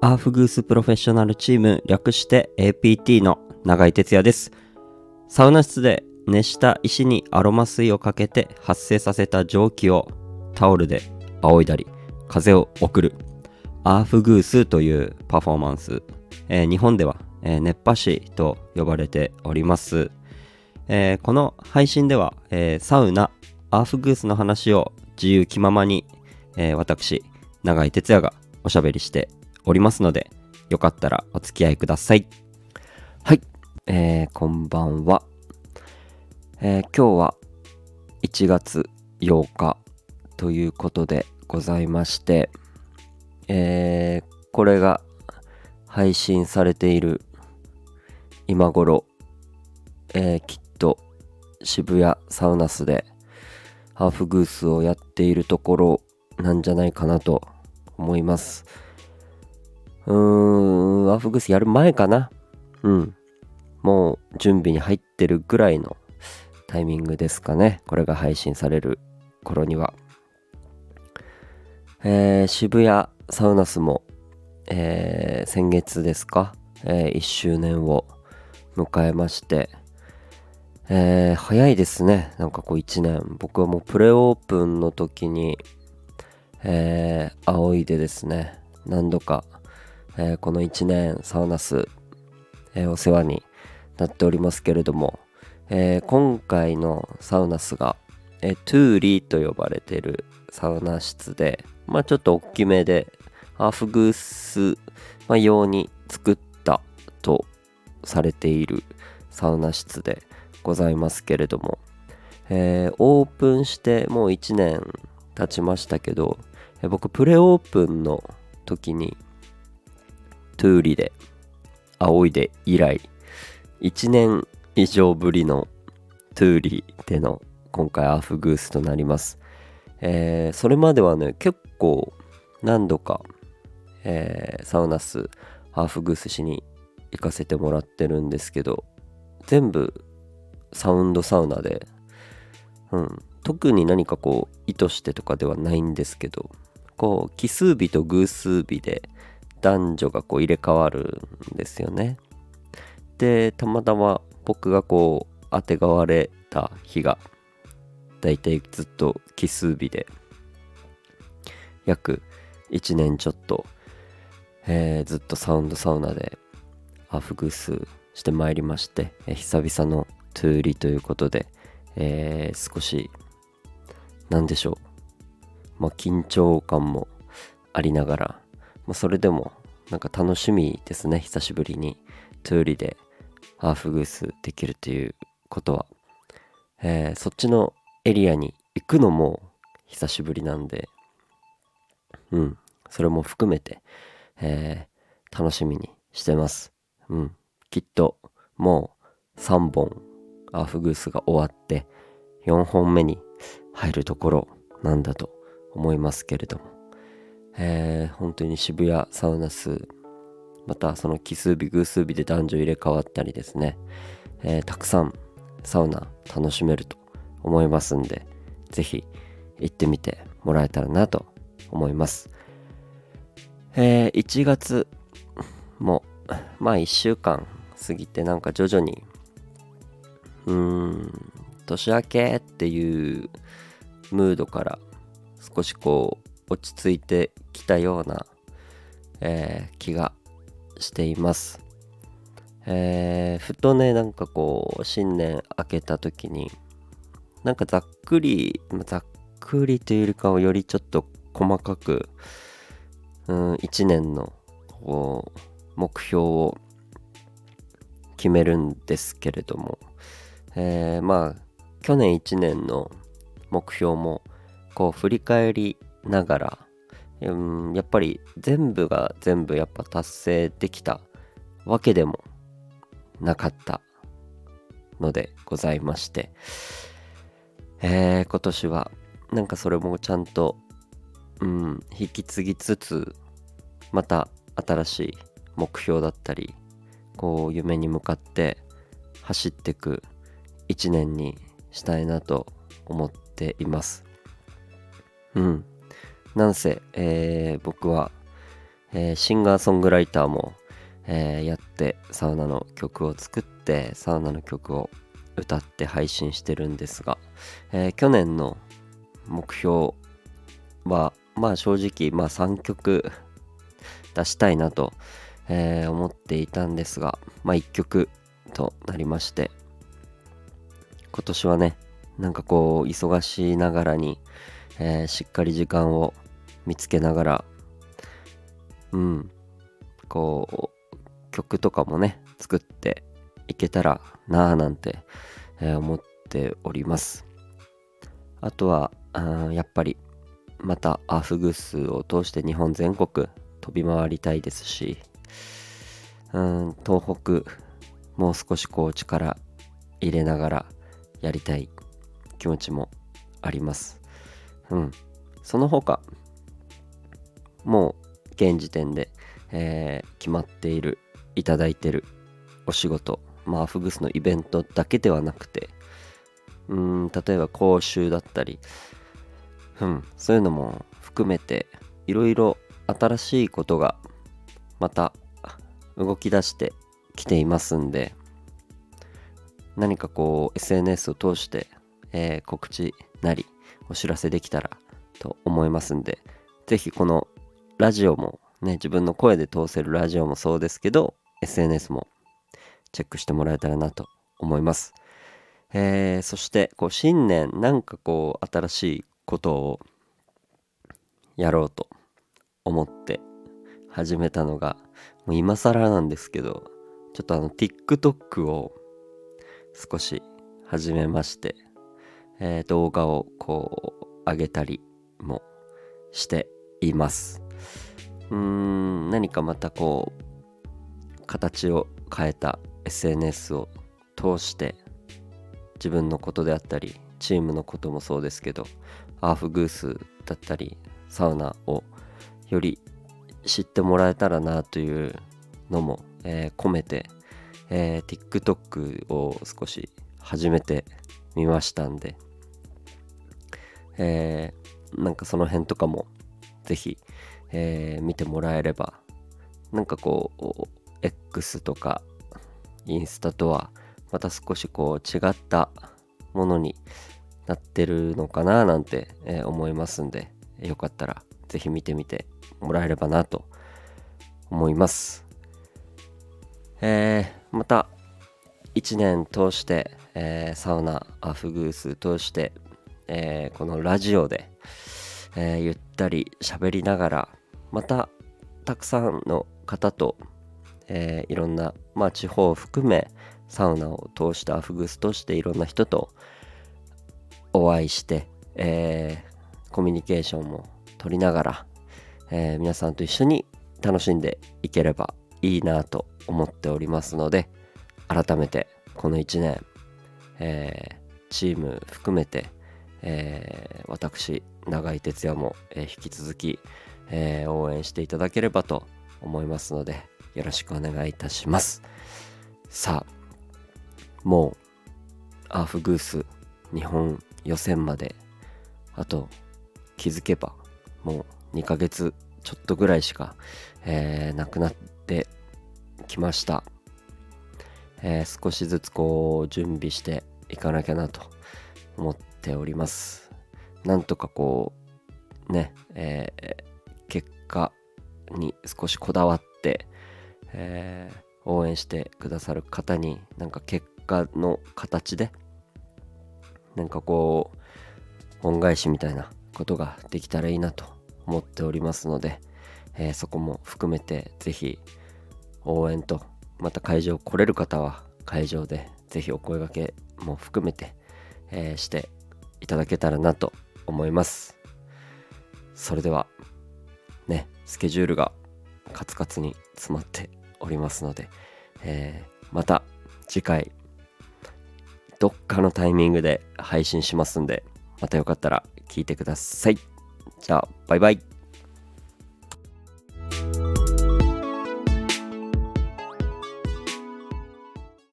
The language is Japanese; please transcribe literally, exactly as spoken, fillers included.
アーフグースプロフェッショナルチーム、略して エーピーティー の永井哲也です。サウナ室で熱した石にアロマ水をかけて発生させた蒸気をタオルで仰いだり風を送るアーフグースというパフォーマンス、えー、日本では、えー、熱波師と呼ばれております。えー、この配信では、えー、サウナアーフグースの話を自由気ままに、えー、私永井哲也がおしゃべりしておりますので、よかったらお付き合いください。はい、えー、こんばんは。えー、今日はいちがつようかということでございまして、えー、これが配信されている今頃、えー、きっと渋谷サウナスでハーフグースをやっているところなんじゃないかなと思います。うーん、ハーフグースやる前かな。うん。もう準備に入ってるぐらいのタイミングですかね。これが配信される頃には。えー、渋谷サウナスも、えー、先月ですか、えー、いっしゅうねんを迎えまして、えー、早いですね。なんかこういちねん。僕はもうプレオープンの時に、えー、仰いでですね、何度か、えー、このいちねんサウナス、えー、お世話になっておりますけれども、えー、今回のサウナスが、えー、トゥーリーと呼ばれているサウナ室で、まあちょっと大きめでハーフグース、まあ、用に作ったとされているサウナ室でございますけれども、えー、オープンしてもういちねん経ちましたけど、えー、僕プレオープンの時にトゥーリーで仰いで以来いちねん以上ぶりのトゥーリーでの今回アーフグースとなります。えー、それまではね結構何度か、えー、サウナスハーフグースしに行かせてもらってるんですけど、全部サウンドサウナで、うん、特に何かこう意図してとかではないんですけど、こう奇数日と偶数日で男女がこう入れ替わるんですよね。でたまたま僕がこうあてがわれた日がだいたいずっと奇数日で約いちねんちょっと、えー、ずっとサウンドサウナでハーフグースしてまいりまして、えー、久々のトゥーリということで、えー、少しなんでしょう、まあ緊張感もありながら、まあ、それでもなんか楽しみですね。久しぶりにトゥーリでハーフグースできるということは、えー、そっちのエリアに行くのも久しぶりなんで、うん、それも含めて、えー、楽しみにしてます。うん、きっともうさんぼんアーフグースが終わってよんほんめに入るところなんだと思いますけれども、えー、本当に渋谷サウナス、またその奇数日偶数日で男女入れ替わったりですね、えー、たくさんサウナ楽しめると思いますんで、ぜひ行ってみてもらえたらなと思います。えー、いちがつもまあいっしゅうかん過ぎて、なんか徐々にうーん年明けっていうムードから少しこう落ち着いてきたような、えー、気がしています。えー、ふとね、なんかこう新年明けた時になんかざっくりざっくりというよりかはよりちょっと細かく、うんいちねんのこう目標を決めるんですけれども、えー、まあ去年いちねんの目標もこう振り返りながら、うん、やっぱり全部が全部やっぱ達成できたわけでもなかったのでございまして、えー、今年はなんかそれもちゃんと、うん、引き継ぎつつ、また新しい目標だったりこう夢に向かって走っていくいちねんにしたいなと思っています。うん。なんせ、えー、僕はえーシンガーソングライターも、えーやってサウナの曲を作ってサウナの曲を歌って配信してるんですが、えー去年の目標はまあ正直まあさんきょく出したいなと、えー思っていたんですが、まあいっきょくとなりまして、今年はねなんかこう忙しいながらに、えーしっかり時間を見つけながら、うんこう曲とかもね作っていけたらなぁなんて、えー思っております。あとはあーやっぱりまたアーフグースを通して日本全国飛び回りたいですし、うん東北もう少しこう力入れながらやりたい気持ちもあります。うんその他もう現時点で、えー決まっているいただいてるお仕事、まあアフグスのイベントだけではなくて、うーん例えば講習だったり、うんそういうのも含めていろいろ新しいことがまた動き出してきていますんで、何かこう エスエヌエス を通して、えー告知なりお知らせできたらと思いますんで、ぜひこのラジオもね、自分の声で通せるラジオもそうですけど エスエヌエス もチェックしてもらえたらなと思います。えーそしてこう新年なんかこう新しいことをやろうと思って始めたのが、もう今更なんですけど、ちょっとあの TikTok を少し始めまして、えー動画をこう上げたりもしています。うーん何かまたこう形を変えた エスエヌエス を通して自分のことであったりチームのこともそうですけど、アーフグースだったりサウナをより知ってもらえたらなというのも、えー込めて、えー TikTok を少し始めてみましたんで、えーなんかその辺とかもぜひ、えー見てもらえれば、なんかこう X とかインスタとはまた少しこう違ったものになってるのかななんて、えー思いますんで、よかったらぜひ見てみてもらえればなと思います。えーまたいちねん通して、えーサウナアフグース通して、えーこのラジオで、えーゆったり喋りながら、またたくさんの方と、えーいろんな、まあ、地方を含めサウナを通してアフグース通していろんな人とお会いして、えーコミュニケーションも取りながら、えー皆さんと一緒に楽しんでいければいいなと思っておりますので、改めてこのいちねん、えーチーム含めて、えー私永井哲也も、えー引き続き、えー応援していただければと思いますので、よろしくお願いいたします。さあもうアーフグース日本予選まであと気づけばもうにかげつちょっとぐらいしか、えーなくなってきました。えー少しずつこう準備していかなきゃなと思っております。なんとかこうね、えー結果に少しこだわって、えー応援してくださる方になんか結果の形でなんかこう恩返しみたいなことができたらいいなと思っておりますので、えーそこも含めてぜひ応援と、また会場来れる方は会場でぜひお声掛けも含めて、えーしていただけたらなと思います。それではね、スケジュールがカツカツに詰まっておりますので、えーまた次回どっかのタイミングで配信しますんで、またよかったら聞いてください。じゃあバイバイ。